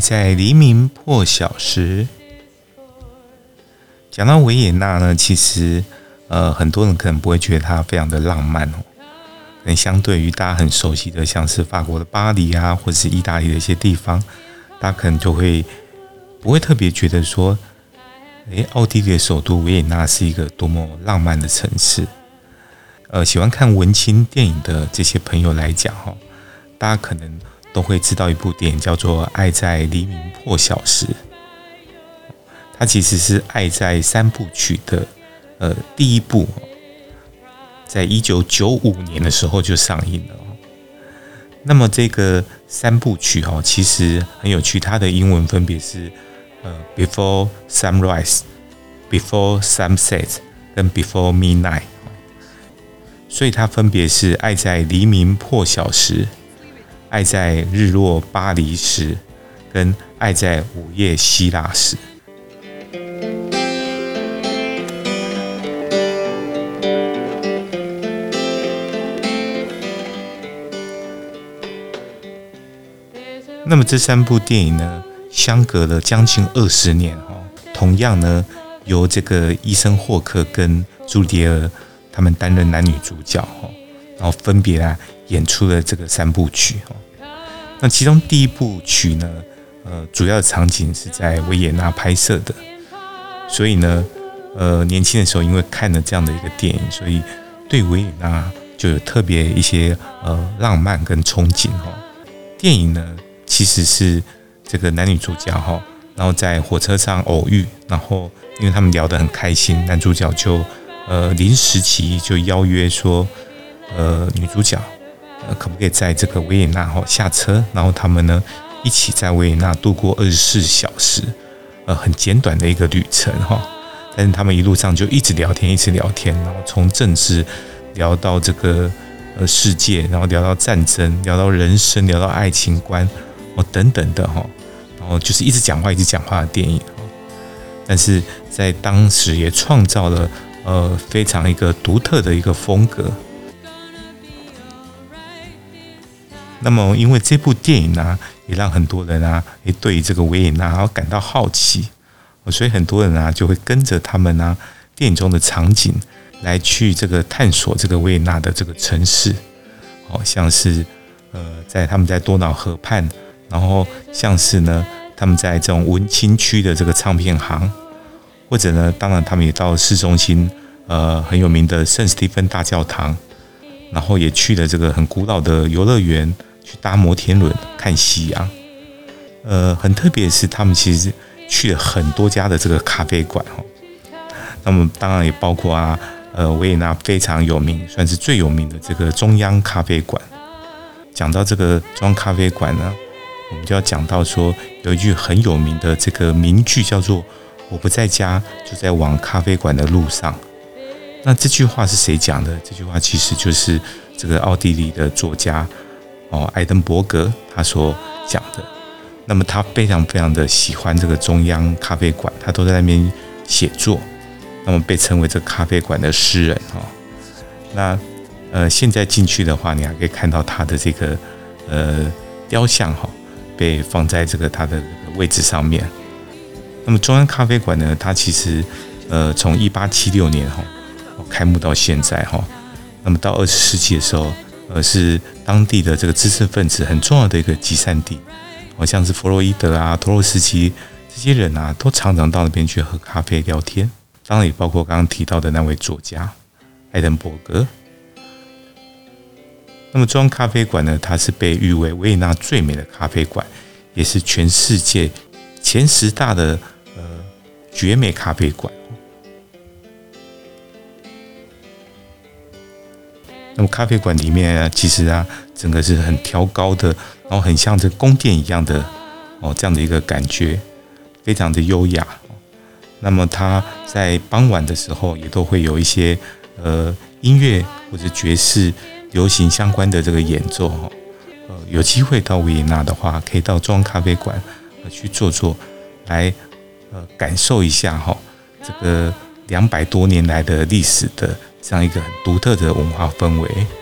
在黎明破晓时。讲到维也纳呢，其实很多人可能不会觉得它非常的浪漫哦，可能相对于大家很熟悉的，像是法国的巴黎啊，或者是意大利的一些地方，大家可能就会不会特别觉得说，奥地利的首都维也纳是一个多么浪漫的城市。喜欢看文青电影的这些朋友来讲哈，大家可能都会知道一部电影叫做《爱在黎明破晓时》，它其实是《爱在三部曲》的第一部，在1995年的时候就上映了。那么这个三部曲其实很有趣，它的英文分别是Before Sunrise、Before Sunset 跟 Before Midnight， 所以它分别是爱在黎明破晓时、爱在日落巴黎时跟爱在午夜希腊时。那么这三部电影呢，相隔了将近20年，同样呢由这个伊森霍克跟朱迪尔他们担任男女主角，然后分别演出了这个三部曲。那其中第一部曲呢，主要的场景是在维也纳拍摄的，所以呢，年轻的时候因为看了这样的一个电影，所以对维也纳就有特别一些浪漫跟憧憬。电影呢其实是这个男女主角然后在火车上偶遇，然后因为他们聊得很开心，男主角就临时起意就邀约说，女主角可不可以在这个维也纳下车，然后他们呢一起在维也纳度过24小时，很简短的一个旅程但是他们一路上就一直聊天，然后从政治聊到这个世界，然后聊到战争，聊到人生，聊到爱情观等等的然后就是一直讲话的电影。但是在当时也创造了非常一个独特的一个风格。那么因为这部电影也让很多人也对这个维也纳感到好奇，所以很多人就会跟着他们电影中的场景来去这个探索这个维也纳的这个城市，像是他们在多瑙河畔，然后像是呢他们在这种文青区的这个唱片行，或者呢当然他们也到市中心很有名的圣斯蒂芬大教堂，然后也去了这个很古老的游乐园，去搭摩天轮看夕阳。很特别的是他们其实去了很多家的这个咖啡馆，那么当然也包括维也纳非常有名，算是最有名的这个中央咖啡馆。讲到这个中央咖啡馆呢，我们就要讲到说有一句很有名的这个名句叫做我不在家就在往咖啡馆的路上。那这句话是谁讲的？这句话其实就是这个奥地利的作家爱登伯格他所讲的。那么他非常非常的喜欢这个中央咖啡馆，他都在那边写作，那么被称为这个咖啡馆的诗人。那现在进去的话，你还可以看到他的这个雕像被放在这个他的位置上面。那么中央咖啡馆呢，它其实从1876年开幕到现在那么到20世纪的时候，是当地的这个知识分子很重要的一个集散地，像是弗洛伊德托洛斯基这些人都常常到那边去喝咖啡聊天。当然也包括刚刚提到的那位作家爱登伯格。那么中央咖啡馆呢，它是被誉为维也纳最美的咖啡馆，也是全世界前10大的绝美咖啡馆。那么咖啡馆里面其实整个是很挑高的，然后很像这宫殿一样的这样的一个感觉，非常的优雅。那么它在傍晚的时候也都会有一些音乐或者爵士流行相关的这个演奏。有机会到维也纳的话，可以到中央咖啡馆去坐，来感受一下这个200多年来的历史的这样一个很独特的文化氛围。